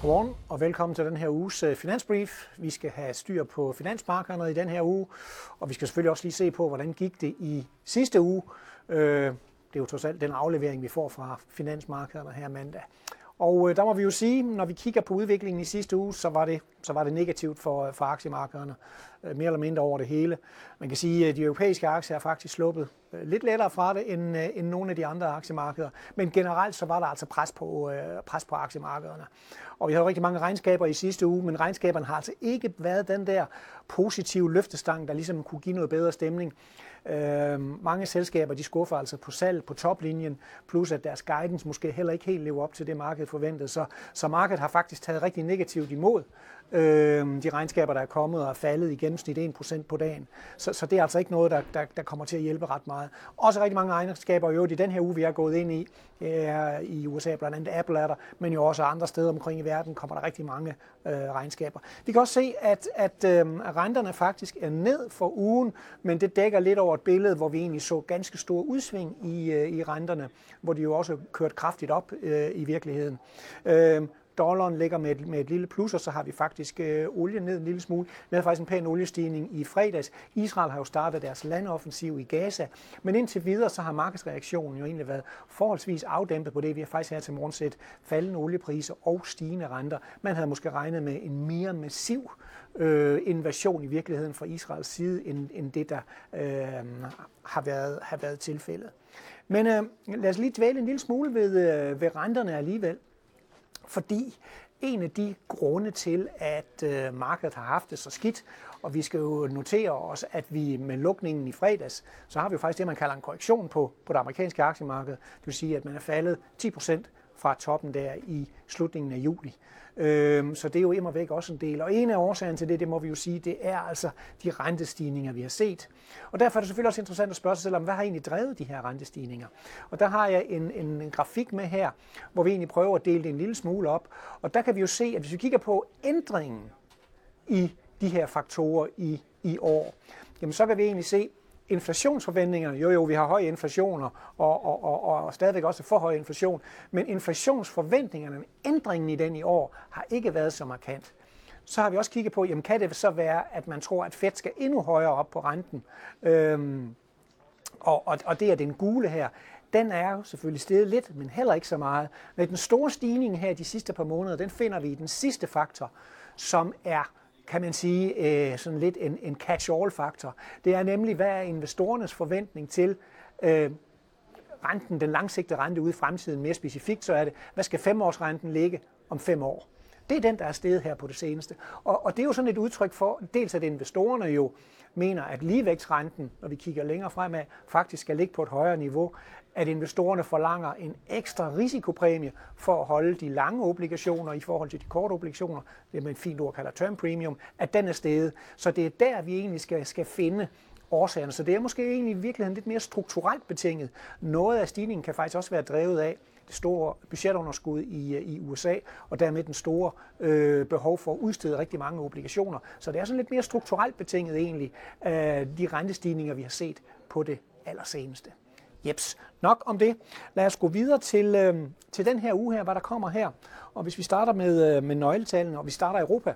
Godmorgen og velkommen til den her uges finansbrief. Vi skal have styr på finansmarkederne i den her uge, og vi skal selvfølgelig også lige se på, hvordan gik det i sidste uge. Det er jo trods alt den aflevering, vi får fra finansmarkederne her mandag. Og der må vi jo sige, når vi kigger på udviklingen i sidste uge, så var det negativt for aktiemarkederne, mere eller mindre over det hele. Man kan sige, at de europæiske aktier er faktisk sluppet lidt lettere fra det end nogle af de andre aktiemarkeder. Men generelt så var der altså pres på aktiemarkederne. Og vi havde rigtig mange regnskaber i sidste uge, men regnskaberne har altså ikke været den der positive løftestang, der ligesom kunne give noget bedre stemning. Mange selskaber de skuffer altså på salg på toplinjen, plus at deres guidance måske heller ikke helt lever op til det, markedet forventede. Så markedet har faktisk taget rigtig negativt imod de regnskaber, der er kommet og er faldet i gennemsnit 1% på dagen. Så det er altså ikke noget, der kommer til at hjælpe ret meget. Også rigtig mange regnskaber jo i den her uge, vi er gået ind i USA, blandt andet Apple er der, men jo også andre steder omkring i verden kommer der rigtig mange regnskaber. Vi kan også se, at renterne faktisk er ned for ugen, men det dækker lidt over et billede, hvor vi egentlig så ganske store udsving i renterne, hvor de jo også kørt kraftigt op i virkeligheden. Dollaren ligger med et lille plus, og så har vi faktisk olien ned en lille smule. Vi havde faktisk en pæn oliestigning i fredags. Israel har jo startet deres landoffensiv i Gaza, men indtil videre så har markedsreaktionen jo egentlig været forholdsvis afdæmpet på det. Vi har faktisk her til morgen set faldende oliepriser og stigende renter. Man havde måske regnet med en mere massiv invasion i virkeligheden fra Israels side, end det, der har været tilfældet. Men lad os lige dvæle en lille smule ved renterne alligevel. Fordi en af de grunde til, at markedet har haft det så skidt, og vi skal jo notere os, at vi med lukningen i fredags, så har vi jo faktisk det, man kalder en korrektion på det amerikanske aktiemarked. Det vil sige, at man er faldet 10% fra toppen der i slutningen af juli. Så det er jo immer væk også en del. Og en af årsagerne til det må vi jo sige, det er altså de rentestigninger, vi har set. Og derfor er det selvfølgelig også interessant at spørge sig selv om, hvad har egentlig drevet de her rentestigninger? Og der har jeg en grafik med her, hvor vi egentlig prøver at dele det en lille smule op. Og der kan vi jo se, at hvis vi kigger på ændringen i de her faktorer i år, jamen så kan vi egentlig se, inflationsforventningerne, jo vi har høje inflationer og stadigvæk også for høj inflation, men inflationsforventningerne, ændringen i den i år, har ikke været så markant. Så har vi også kigget på, jamen kan det så være, at man tror, at Fed skal endnu højere op på renten, og det er den gule her. Den er jo selvfølgelig steget lidt, men heller ikke så meget. Men den store stigning her de sidste par måneder, den finder vi i den sidste faktor, som er, kan man sige, sådan lidt en catch-all-faktor. Det er nemlig, hvad er investorernes forventning til renten, den langsigtede rente ude i fremtiden. Mere specifikt så er det, hvad skal 5-årsrenten ligge om 5 år? Det er den, der er steget her på det seneste. Og det er jo sådan et udtryk for, dels at investorerne jo mener, at ligevægtsrenten, når vi kigger længere fremad, faktisk skal ligge på et højere niveau, at investorerne forlanger en ekstra risikopræmie for at holde de lange obligationer i forhold til de korte obligationer, det man et fint ord kalder term premium, at den er steget. Så det er der, vi egentlig skal finde årsagerne. Så det er måske egentlig i virkeligheden lidt mere strukturelt betinget. Noget af stigningen kan faktisk også være drevet af det store budgetunderskud i USA, og dermed den store behov for at udstede rigtig mange obligationer. Så det er sådan lidt mere strukturelt betinget egentlig, de rentestigninger, vi har set på det allerseneste. Jeps, nok om det. Lad os gå videre til den her uge her, hvad der kommer her. Og hvis vi starter med nøgletallene, og vi starter i Europa,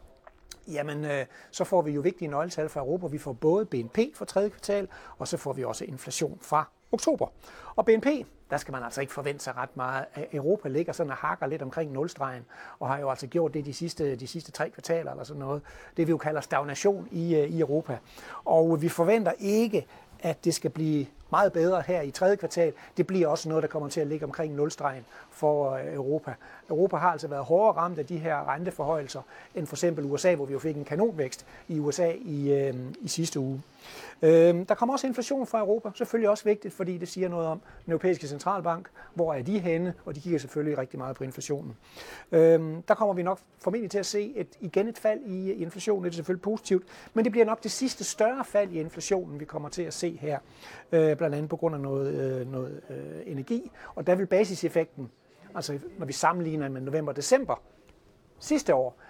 jamen så får vi jo vigtige nøgletal fra Europa. Vi får både BNP for tredje kvartal, og så får vi også inflation fra oktober. Og BNP, der skal man altså ikke forvente sig ret meget. Europa ligger sådan og hakker lidt omkring nulstregen, og har jo altså gjort det de sidste 3 kvartaler eller sådan noget. Det vi jo kalder stagnation i Europa. Og vi forventer ikke, at det skal blive meget bedre her i tredje kvartal. Det bliver også noget, der kommer til at ligge omkring nulstregen for Europa. Europa har altså været hårdere ramt af de her renteforhøjelser end for eksempel USA, hvor vi jo fik en kanonvækst i USA i sidste uge. Der kommer også inflation fra Europa, selvfølgelig også vigtigt, fordi det siger noget om den europæiske centralbank. Hvor er de henne? Og de kigger selvfølgelig rigtig meget på inflationen. Der kommer vi nok formentlig til at se igen et fald i inflationen. Det er selvfølgelig positivt, men det bliver nok det sidste større fald i inflationen, vi kommer til at se her. Blandt andet på grund af noget energi. Og der vil basiseffekten, altså når vi sammenligner med november og december sidste år,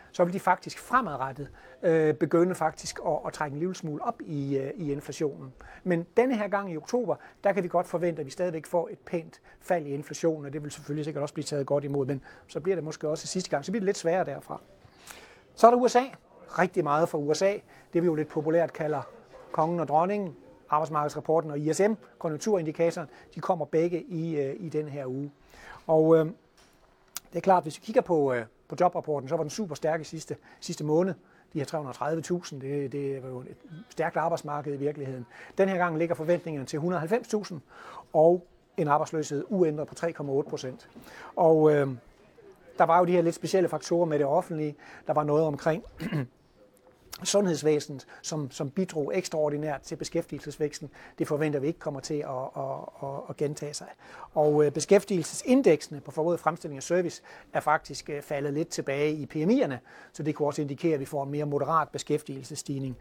så vil de faktisk fremadrettet begynde faktisk at trække en lille smule op i inflationen. Men denne her gang i oktober, der kan vi godt forvente, at vi stadigvæk får et pænt fald i inflationen, og det vil selvfølgelig sikkert også blive taget godt imod, men så bliver det måske også sidste gang, så bliver det lidt sværere derfra. Så er der USA. Rigtig meget fra USA. Det vi jo lidt populært kalder kongen og dronningen. Arbejdsmarkedsrapporten og ISM, konjunkturindikatoren, de kommer begge i den her uge. Og det er klart, hvis vi kigger på jobrapporten, så var den super stærk i sidste måned. De her 330.000, det var jo et stærkt arbejdsmarked i virkeligheden. Den her gang ligger forventningerne til 190.000 og en arbejdsløshed uændret på 3,8%. Og der var jo de her lidt specielle faktorer med det offentlige. Der var noget omkring sundhedsvæsenet, som bidrog ekstraordinært til beskæftigelsesvæksten. Det forventer vi ikke kommer til at gentage sig. Og beskæftigelsesindeksene på forbruget fremstilling og service er faktisk faldet lidt tilbage i PMI'erne, så det kunne også indikere, at vi får en mere moderat beskæftigelsesstigning.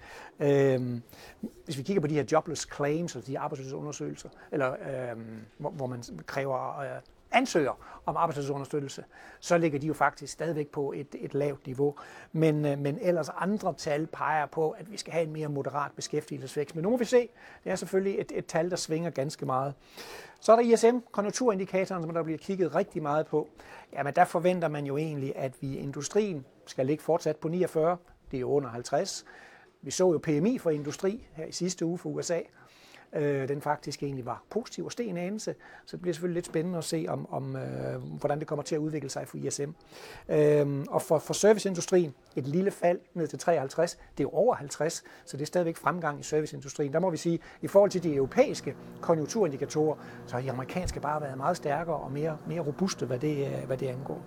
Hvis vi kigger på de her jobless claims, altså de arbejdsløshedsundersøgelser, eller hvor man kræver ansøger om arbejdsløshedsunderstøttelse, så ligger de jo faktisk stadigvæk på et lavt niveau. Men ellers andre tal peger på, at vi skal have en mere moderat beskæftigelsesvækst. Men nu må vi se. Det er selvfølgelig et tal, der svinger ganske meget. Så er der ISM, konjunkturindikatoren, som der bliver kigget rigtig meget på. Jamen der forventer man jo egentlig, at vi i industrien skal ligge fortsat på 49. Det er jo under 50. Vi så jo PMI for industri her i sidste uge for USA. Den faktisk egentlig var positiv og steg en anelse, så det bliver selvfølgelig lidt spændende at se, hvordan det kommer til at udvikle sig for ISM. Og for serviceindustrien, et lille fald ned til 53, det er jo over 50, så det er stadigvæk fremgang i serviceindustrien. Der må vi sige, i forhold til de europæiske konjunkturindikatorer, så har de amerikanske bare været meget stærkere og mere robuste, hvad det angår.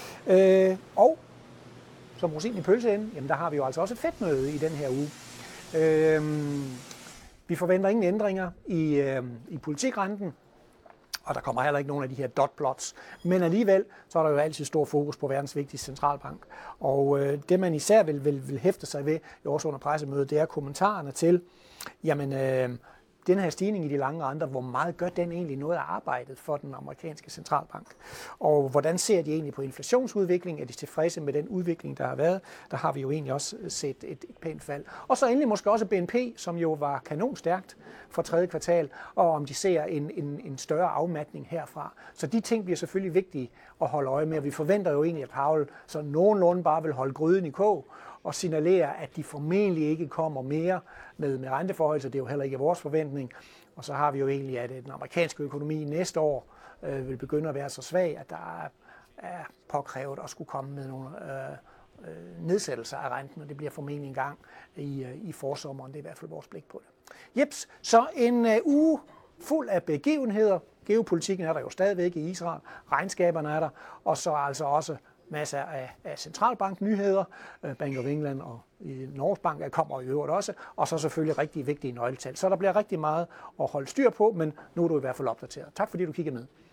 Og som rosinen i pølseenden, jamen der har vi jo altså også et fedtmøde i den her uge. Vi forventer ingen ændringer i politikrenten, og der kommer heller ikke nogen af de her dotplots. Men alligevel, så er der jo altid stor fokus på verdens vigtigste centralbank. Og det man især vil hæfte sig ved, jo også under pressemødet, det er kommentarerne til, jamen den her stigning i de lange renter, hvor meget gør den egentlig noget af arbejdet for den amerikanske centralbank? Og hvordan ser de egentlig på inflationsudviklingen? Er de tilfredse med den udvikling, der har været? Der har vi jo egentlig også set et pænt fald. Og så endelig måske også BNP, som jo var kanonstærkt for tredje kvartal, og om de ser en større afmatning herfra. Så de ting bliver selvfølgelig vigtige at holde øje med, og vi forventer jo egentlig, at Powell så nogenlunde bare vil holde gryden i kog, og signalere, at de formentlig ikke kommer mere med renteforhold, så det er jo heller ikke vores forventning. Og så har vi jo egentlig, at den amerikanske økonomi næste år vil begynde at være så svag, at der er påkrævet at skulle komme med nogle nedsættelser af renten, og det bliver formentlig en gang i forsommeren. Det er i hvert fald vores blik på det. Jeps, så en uge fuld af begivenheder. Geopolitikken er der jo stadigvæk i Israel, regnskaberne er der, og så altså også masser af centralbanknyheder. Bank of England og Norges Bank kommer i øvrigt også, og så selvfølgelig rigtig vigtige nøgletal. Så der bliver rigtig meget at holde styr på, men nu er du i hvert fald opdateret. Tak fordi du kiggede med.